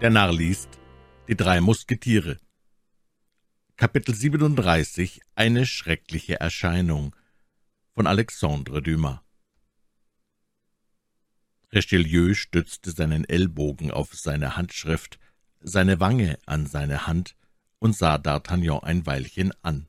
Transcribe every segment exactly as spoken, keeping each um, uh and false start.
Der Narr liest Die drei Musketiere. Kapitel siebenunddreißig. Eine schreckliche Erscheinung von Alexandre Dumas. Richelieu stützte seinen Ellbogen auf seine Handschrift, seine Wange an seine Hand und sah D'Artagnan ein Weilchen an.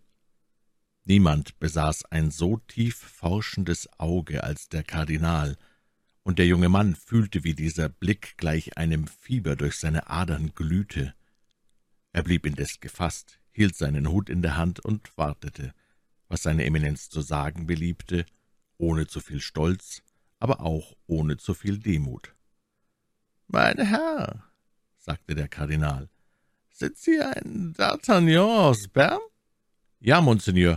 Niemand besaß ein so tief forschendes Auge als der Kardinal, und der junge Mann fühlte, wie dieser Blick gleich einem Fieber durch seine Adern glühte. Er blieb indes gefasst, hielt seinen Hut in der Hand und wartete, was seine Eminenz zu sagen beliebte, ohne zu viel Stolz, aber auch ohne zu viel Demut. »Mein Herr«, sagte der Kardinal, »sind Sie ein D'Artagnan aus Bern?« »Ja, Monseigneur.«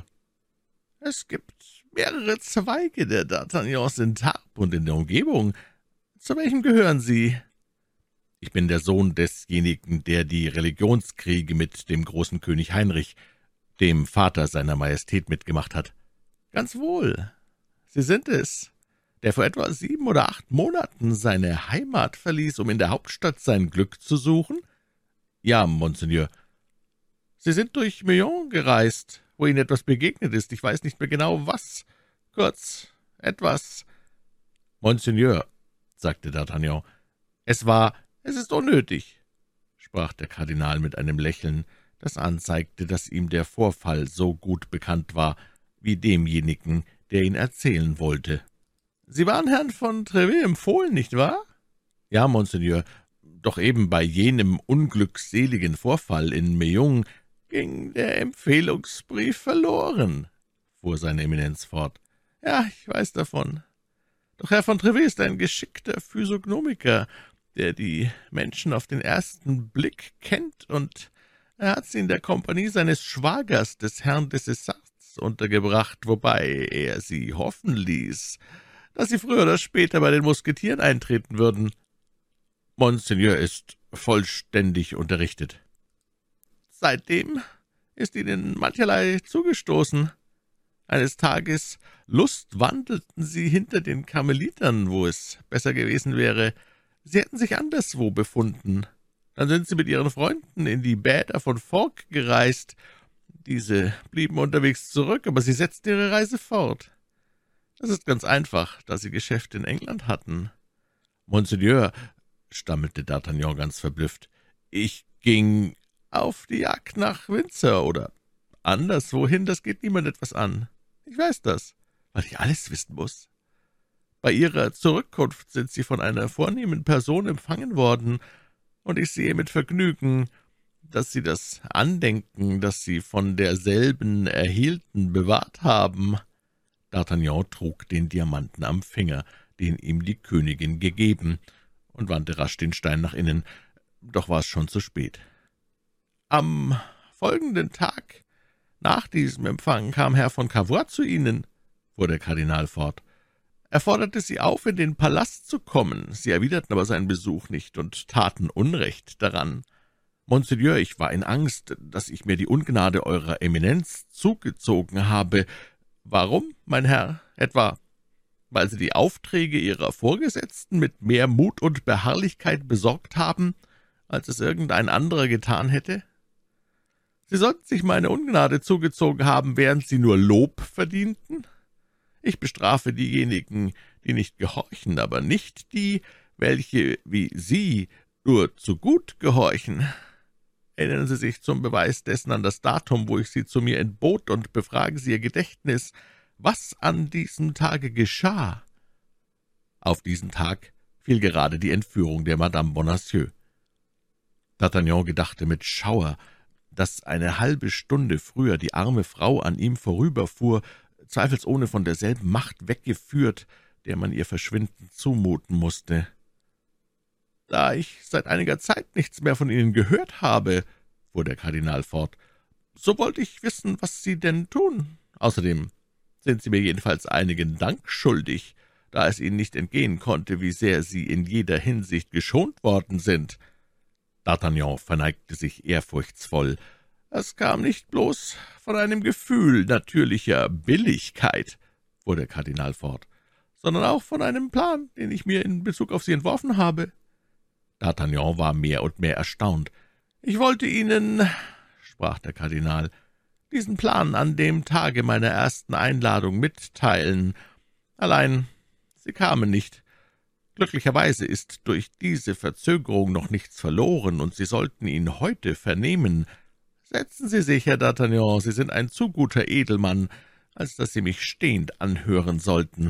»Es gibt mehrere Zweige der D'Artagnans in Tarbes und in der Umgebung. Zu welchem gehören Sie?« »Ich bin der Sohn desjenigen, der die Religionskriege mit dem großen König Heinrich, dem Vater seiner Majestät, mitgemacht hat.« »Ganz wohl. Sie sind es, der vor etwa sieben oder acht Monaten seine Heimat verließ, um in der Hauptstadt sein Glück zu suchen?« »Ja, Monseigneur.« »Sie sind durch Meung gereist, wo Ihnen etwas begegnet ist. Ich weiß nicht mehr genau, was. Kurz, etwas.« »Monseigneur«, sagte D'Artagnan, »es war, es ist unnötig«, sprach der Kardinal mit einem Lächeln, das anzeigte, dass ihm der Vorfall so gut bekannt war, wie demjenigen, der ihn erzählen wollte. »Sie waren Herrn von Treves empfohlen, nicht wahr?« »Ja, Monseigneur, doch eben bei jenem unglückseligen Vorfall in Meung ging der Empfehlungsbrief verloren«, fuhr seine Eminenz fort. »Ja, ich weiß davon. Doch Herr von Treves ist ein geschickter Physiognomiker, der die Menschen auf den ersten Blick kennt, und er hat sie in der Kompanie seines Schwagers, des Herrn des Essarts, untergebracht, wobei er sie hoffen ließ, dass sie früher oder später bei den Musketieren eintreten würden.« »Monseigneur ist vollständig unterrichtet.« »Seitdem ist Ihnen mancherlei zugestoßen. Eines Tages lustwandelten Sie hinter den Karmelitern, wo es besser gewesen wäre, Sie hätten sich anderswo befunden. Dann sind Sie mit Ihren Freunden in die Bäder von Forques gereist. Diese blieben unterwegs zurück, aber Sie setzten Ihre Reise fort. Das ist ganz einfach, da Sie Geschäfte in England hatten.« »Monseigneur«, stammelte D'Artagnan ganz verblüfft, »ich ging auf die Jagd nach Windsor oder anderswohin, das geht niemand etwas an. Ich weiß das, weil ich alles wissen muss. Bei Ihrer Zurückkunft sind Sie von einer vornehmen Person empfangen worden, und ich sehe mit Vergnügen, dass Sie das Andenken, das Sie von derselben erhielten, bewahrt haben.« D'Artagnan trug den Diamanten am Finger, den ihm die Königin gegeben, und wandte rasch den Stein nach innen, doch war es schon zu spät. »Am folgenden Tag nach diesem Empfang kam Herr von Cavois zu Ihnen«, fuhr der Kardinal fort. »Er forderte Sie auf, in den Palast zu kommen. Sie erwiderten aber seinen Besuch nicht und taten Unrecht daran. Monseigneur, ich war in Angst, dass ich mir die Ungnade Eurer Eminenz zugezogen habe. Warum, mein Herr? Etwa, weil Sie die Aufträge Ihrer Vorgesetzten mit mehr Mut und Beharrlichkeit besorgt haben, als es irgendein anderer getan hätte? Sie sollten sich meine Ungnade zugezogen haben, während Sie nur Lob verdienten. Ich bestrafe diejenigen, die nicht gehorchen, aber nicht die, welche, wie Sie, nur zu gut gehorchen. Erinnern Sie sich zum Beweis dessen an das Datum, wo ich Sie zu mir entbot, und befragen Sie Ihr Gedächtnis, was an diesem Tage geschah.« Auf diesen Tag fiel gerade die Entführung der Madame Bonacieux. D'Artagnan gedachte mit Schauer, dass eine halbe Stunde früher die arme Frau an ihm vorüberfuhr, zweifelsohne von derselben Macht weggeführt, der man ihr Verschwinden zumuten musste. »Da ich seit einiger Zeit nichts mehr von Ihnen gehört habe«, fuhr der Kardinal fort, »so wollte ich wissen, was Sie denn tun. Außerdem sind Sie mir jedenfalls einigen Dank schuldig, da es Ihnen nicht entgehen konnte, wie sehr Sie in jeder Hinsicht geschont worden sind.« D'Artagnan verneigte sich ehrfurchtsvoll. »Es kam nicht bloß von einem Gefühl natürlicher Billigkeit«, fuhr der Kardinal fort, »sondern auch von einem Plan, den ich mir in Bezug auf Sie entworfen habe. D'Artagnan war mehr und mehr erstaunt. »Ich wollte Ihnen«, sprach der Kardinal, »diesen Plan an dem Tage meiner ersten Einladung mitteilen. Allein Sie kamen nicht. Glücklicherweise ist durch diese Verzögerung noch nichts verloren, und Sie sollten ihn heute vernehmen. Setzen Sie sich, Herr D'Artagnan, Sie sind ein zu guter Edelmann, als dass Sie mich stehend anhören sollten.«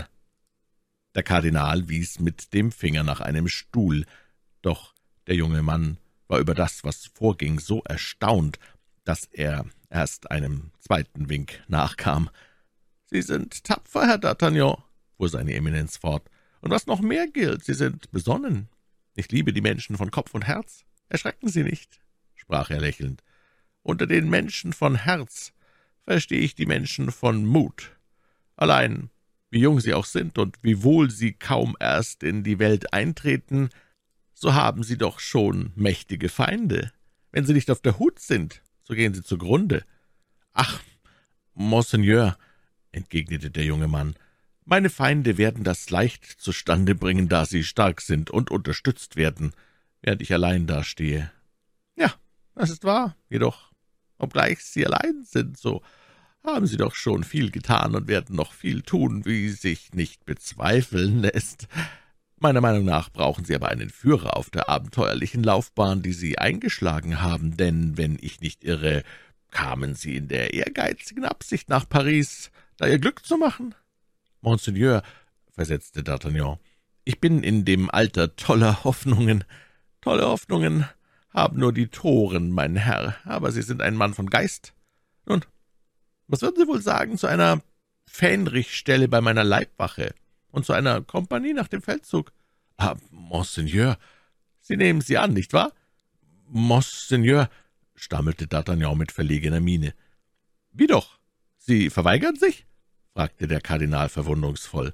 Der Kardinal wies mit dem Finger nach einem Stuhl, doch der junge Mann war über das, was vorging, so erstaunt, dass er erst einem zweiten Wink nachkam. »Sie sind tapfer, Herr D'Artagnan«, fuhr seine Eminenz fort, »und was noch mehr gilt, Sie sind besonnen. Ich liebe die Menschen von Kopf und Herz. Erschrecken Sie nicht«, sprach er lächelnd. »Unter den Menschen von Herz verstehe ich die Menschen von Mut. Allein, wie jung sie auch sind und wiewohl sie kaum erst in die Welt eintreten, so haben sie doch schon mächtige Feinde. Wenn sie nicht auf der Hut sind, so gehen sie zugrunde.« »Ach, Monseigneur«, entgegnete der junge Mann, »meine Feinde werden das leicht zustande bringen, da sie stark sind und unterstützt werden, während ich allein dastehe.« »Ja, das ist wahr, jedoch, obgleich Sie allein sind, so haben Sie doch schon viel getan und werden noch viel tun, wie sich nicht bezweifeln lässt. Meiner Meinung nach brauchen Sie aber einen Führer auf der abenteuerlichen Laufbahn, die Sie eingeschlagen haben, denn, wenn ich nicht irre, kamen Sie in der ehrgeizigen Absicht nach Paris, da Ihr Glück zu machen.« »Monseigneur«, versetzte D'Artagnan, »ich bin in dem Alter toller Hoffnungen. Tolle Hoffnungen haben nur die Toren, mein Herr, aber Sie sind ein Mann von Geist. Nun, was würden Sie wohl sagen zu einer Fähnrichstelle bei meiner Leibwache und zu einer Kompanie nach dem Feldzug?« »Ah, Monseigneur, Sie nehmen sie an, nicht wahr?« »Monseigneur«, stammelte D'Artagnan mit verlegener Miene. »Wie doch? Sie verweigern sich?« fragte der Kardinal verwunderungsvoll.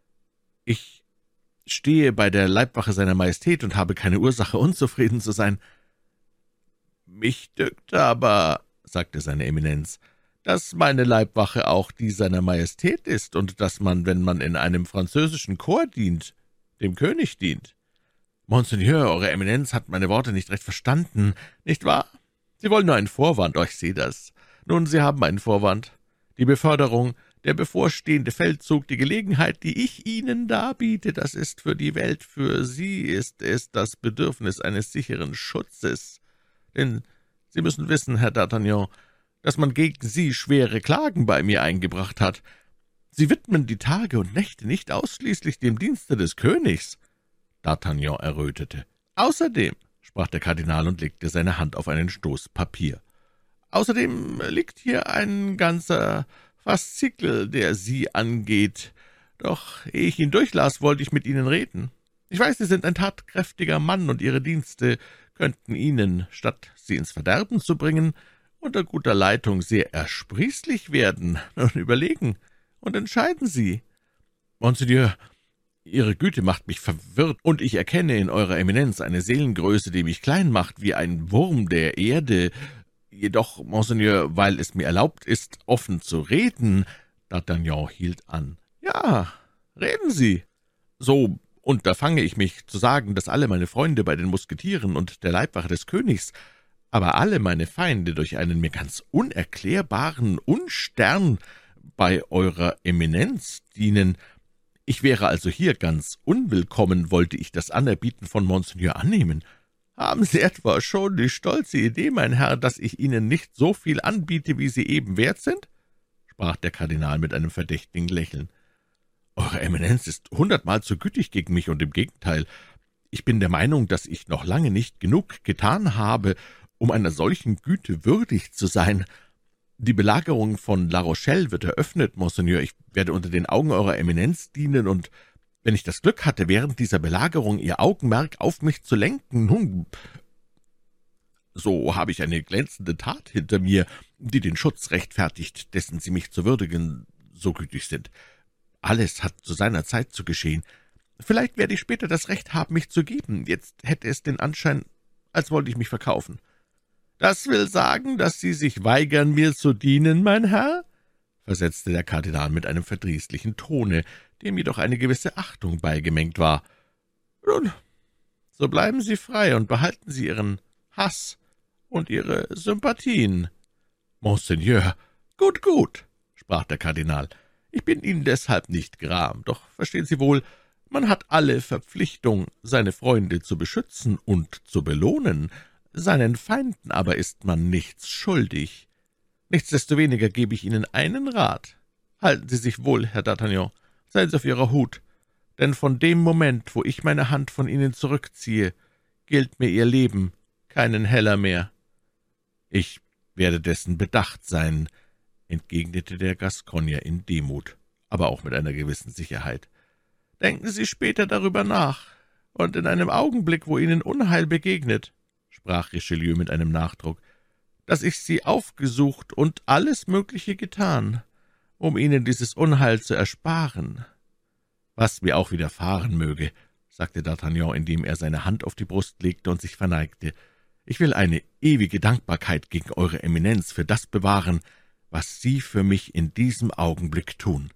»Ich stehe bei der Leibwache seiner Majestät und habe keine Ursache, unzufrieden zu sein.« »Mich dünkt aber«, sagte seine Eminenz, »dass meine Leibwache auch die seiner Majestät ist und dass man, wenn man in einem französischen Korps dient, dem König dient.« »Monseigneur, Eure Eminenz hat meine Worte nicht recht verstanden, nicht wahr? Sie wollen nur einen Vorwand, oh, ich sehe das. Nun, Sie haben einen Vorwand. Die Beförderung, der bevorstehende Feldzug, die Gelegenheit, die ich Ihnen darbiete, das ist für die Welt, für Sie ist es das Bedürfnis eines sicheren Schutzes. Denn Sie müssen wissen, Herr D'Artagnan, dass man gegen Sie schwere Klagen bei mir eingebracht hat. Sie widmen die Tage und Nächte nicht ausschließlich dem Dienste des Königs.« D'Artagnan errötete. »Außerdem«, sprach der Kardinal und legte seine Hand auf einen Stoß Papier, »außerdem liegt hier ein ganzer Faszikel, der Sie angeht. Doch ehe ich ihn durchlas, wollte ich mit Ihnen reden. Ich weiß, Sie sind ein tatkräftiger Mann, und Ihre Dienste könnten Ihnen, statt Sie ins Verderben zu bringen, unter guter Leitung sehr ersprießlich werden. Nun überlegen und entscheiden Sie.« »Monseigneur, Ihre Güte macht mich verwirrt, und ich erkenne in Eurer Eminenz eine Seelengröße, die mich klein macht, wie ein Wurm der Erde. Jedoch, Monseigneur, weil es mir erlaubt ist, offen zu reden.« D'Artagnan hielt an. »Ja, reden Sie.« »So unterfange ich mich zu sagen, dass alle meine Freunde bei den Musketieren und der Leibwache des Königs, aber alle meine Feinde durch einen mir ganz unerklärbaren Unstern bei Eurer Eminenz dienen. Ich wäre also hier ganz unwillkommen, wollte ich das Anerbieten von Monseigneur annehmen. Haben Sie etwa schon die stolze Idee, mein Herr, dass ich Ihnen nicht so viel anbiete, wie Sie eben wert sind?« sprach der Kardinal mit einem verdächtigen Lächeln. »Eure Eminenz ist hundertmal zu gütig gegen mich, und im Gegenteil. Ich bin der Meinung, dass ich noch lange nicht genug getan habe, um einer solchen Güte würdig zu sein. Die Belagerung von La Rochelle wird eröffnet, Monseigneur. Ich werde unter den Augen Eurer Eminenz dienen, und wenn ich das Glück hatte, während dieser Belagerung Ihr Augenmerk auf mich zu lenken, nun, so habe ich eine glänzende Tat hinter mir, die den Schutz rechtfertigt, dessen Sie mich zu würdigen so gütig sind. Alles hat zu seiner Zeit zu geschehen. Vielleicht werde ich später das Recht haben, mich zu geben. Jetzt hätte es den Anschein, als wollte ich mich verkaufen.« »Das will sagen, dass Sie sich weigern, mir zu dienen, mein Herr?« versetzte der Kardinal mit einem verdrießlichen Tone, dem jedoch eine gewisse Achtung beigemengt war. »Nun, So bleiben Sie frei und behalten Sie Ihren Hass und Ihre Sympathien.« »Monseigneur, gut, gut«, sprach der Kardinal, »ich bin Ihnen deshalb nicht gram, doch verstehen Sie wohl, man hat alle Verpflichtung, seine Freunde zu beschützen und zu belohnen, seinen Feinden aber ist man nichts schuldig. Nichtsdestoweniger gebe ich Ihnen einen Rat. Halten Sie sich wohl, Herr d'Artagnan, seien Sie auf Ihrer Hut, denn von dem Moment, wo ich meine Hand von Ihnen zurückziehe, gilt mir Ihr Leben keinen Heller mehr.« »Ich werde dessen bedacht sein«, entgegnete der Gascogner in Demut, aber auch mit einer gewissen Sicherheit. »Denken Sie später darüber nach, und in einem Augenblick, wo Ihnen Unheil begegnet«, sprach Richelieu mit einem Nachdruck, »dass ich Sie aufgesucht und alles Mögliche getan, um Ihnen dieses Unheil zu ersparen.« »Was mir auch widerfahren möge«, sagte D'Artagnan, indem er seine Hand auf die Brust legte und sich verneigte, »ich will eine ewige Dankbarkeit gegen Eure Eminenz für das bewahren, was Sie für mich in diesem Augenblick tun.«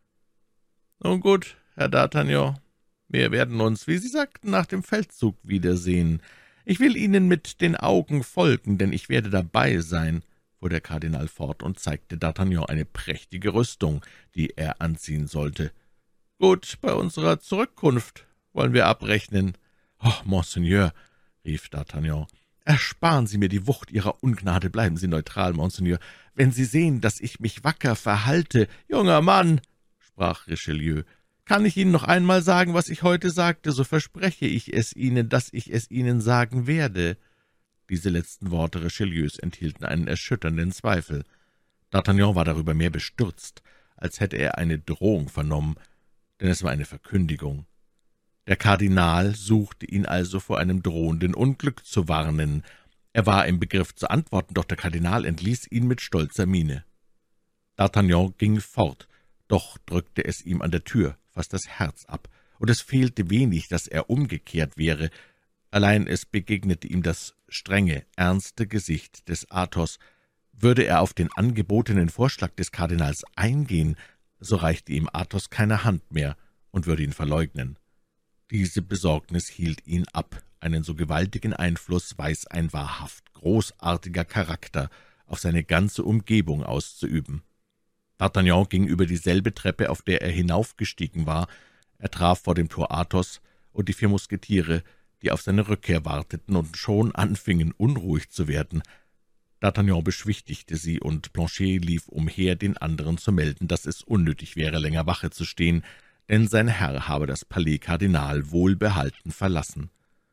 »Nun gut, Herr d'Artagnan, wir werden uns, wie Sie sagten, nach dem Feldzug wiedersehen. Ich will Ihnen mit den Augen folgen, denn ich werde dabei sein«, fuhr der Kardinal fort und zeigte D'Artagnan eine prächtige Rüstung, die er anziehen sollte. »Gut, bei unserer Zurückkunft wollen wir abrechnen.« »Oh, Monseigneur«, rief D'Artagnan, »ersparen Sie mir die Wucht Ihrer Ungnade, bleiben Sie neutral, Monseigneur. Wenn Sie sehen, dass ich mich wacker verhalte.« »Junger Mann«, sprach Richelieu, »kann ich Ihnen noch einmal sagen, was ich heute sagte, so verspreche ich es Ihnen, dass ich es Ihnen sagen werde.« Diese letzten Worte Richelieus enthielten einen erschütternden Zweifel. D'Artagnan war darüber mehr bestürzt, als hätte er eine Drohung vernommen, denn es war eine Verkündigung. Der Kardinal suchte ihn also vor einem drohenden Unglück zu warnen. Er war im Begriff zu antworten, doch der Kardinal entließ ihn mit stolzer Miene. D'Artagnan ging fort, doch drückte es ihm an der Tür fast das Herz ab, und es fehlte wenig, dass er umgekehrt wäre. Allein es begegnete ihm das strenge, ernste Gesicht des Athos. Würde er auf den angebotenen Vorschlag des Kardinals eingehen, so reichte ihm Athos keine Hand mehr und würde ihn verleugnen. Diese Besorgnis hielt ihn ab. Einen so gewaltigen Einfluss weiß ein wahrhaft großartiger Charakter auf seine ganze Umgebung auszuüben. D'Artagnan ging über dieselbe Treppe, auf der er hinaufgestiegen war. Er traf vor dem Tor Athos und die vier Musketiere, die auf seine Rückkehr warteten und schon anfingen, unruhig zu werden. D'Artagnan beschwichtigte sie, und Planchet lief umher, den anderen zu melden, dass es unnötig wäre, länger Wache zu stehen, denn sein Herr habe das Palais Kardinal wohlbehalten verlassen.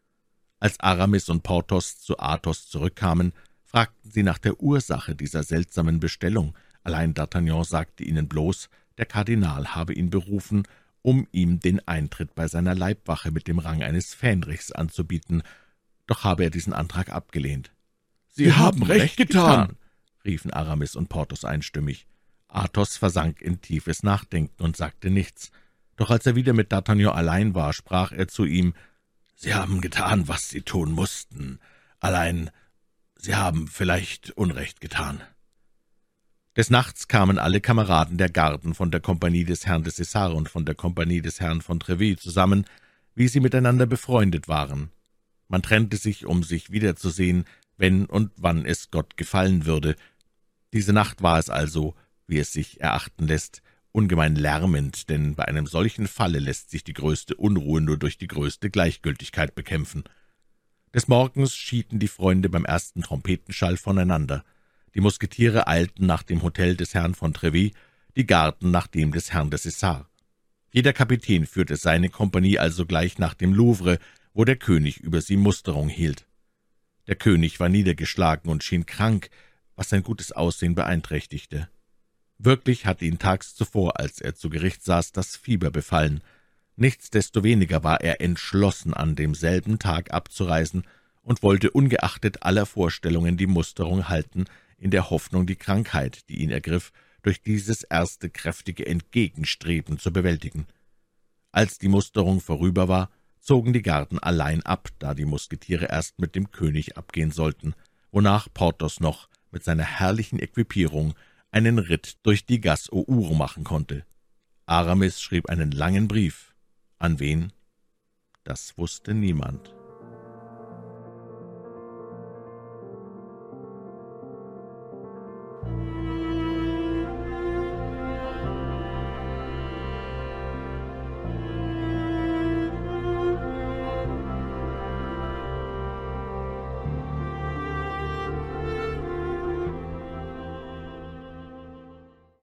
Als Aramis und Porthos zu Athos zurückkamen, fragten sie nach der Ursache dieser seltsamen Bestellung. Allein D'Artagnan sagte ihnen bloß, der Kardinal habe ihn berufen, um ihm den Eintritt bei seiner Leibwache mit dem Rang eines Fähnrichs anzubieten, doch habe er diesen Antrag abgelehnt. »Sie, Sie haben recht getan«, getan, riefen Aramis und Porthos einstimmig. Athos versank in tiefes Nachdenken und sagte nichts. Doch als er wieder mit D'Artagnan allein war, sprach er zu ihm, »Sie haben getan, was Sie tun mussten. Allein, Sie haben vielleicht Unrecht getan.« Des Nachts kamen alle Kameraden der Garden von der Kompanie des Herrn de Cessar und von der Kompanie des Herrn von Treville zusammen, wie sie miteinander befreundet waren. Man trennte sich, um sich wiederzusehen, wenn und wann es Gott gefallen würde. Diese Nacht war es also, wie es sich erachten lässt, ungemein lärmend, denn bei einem solchen Falle lässt sich die größte Unruhe nur durch die größte Gleichgültigkeit bekämpfen. Des Morgens schieden die Freunde beim ersten Trompetenschall voneinander. Die Musketiere eilten nach dem Hotel des Herrn von Treville, die Garden nach dem des Herrn de Cessar. Jeder Kapitän führte seine Kompanie also gleich nach dem Louvre, wo der König über sie Musterung hielt. Der König war niedergeschlagen und schien krank, was sein gutes Aussehen beeinträchtigte. Wirklich hatte ihn tags zuvor, als er zu Gericht saß, das Fieber befallen. Nichtsdestoweniger war er entschlossen, an demselben Tag abzureisen und wollte ungeachtet aller Vorstellungen die Musterung halten, in der Hoffnung, die Krankheit, die ihn ergriff, durch dieses erste kräftige Entgegenstreben zu bewältigen. Als die Musterung vorüber war, zogen die Garden allein ab, da die Musketiere erst mit dem König abgehen sollten, wonach Porthos noch mit seiner herrlichen Equipierung einen Ritt durch die Gasse aux Ours machen konnte. Aramis schrieb einen langen Brief. An wen? Das wusste niemand.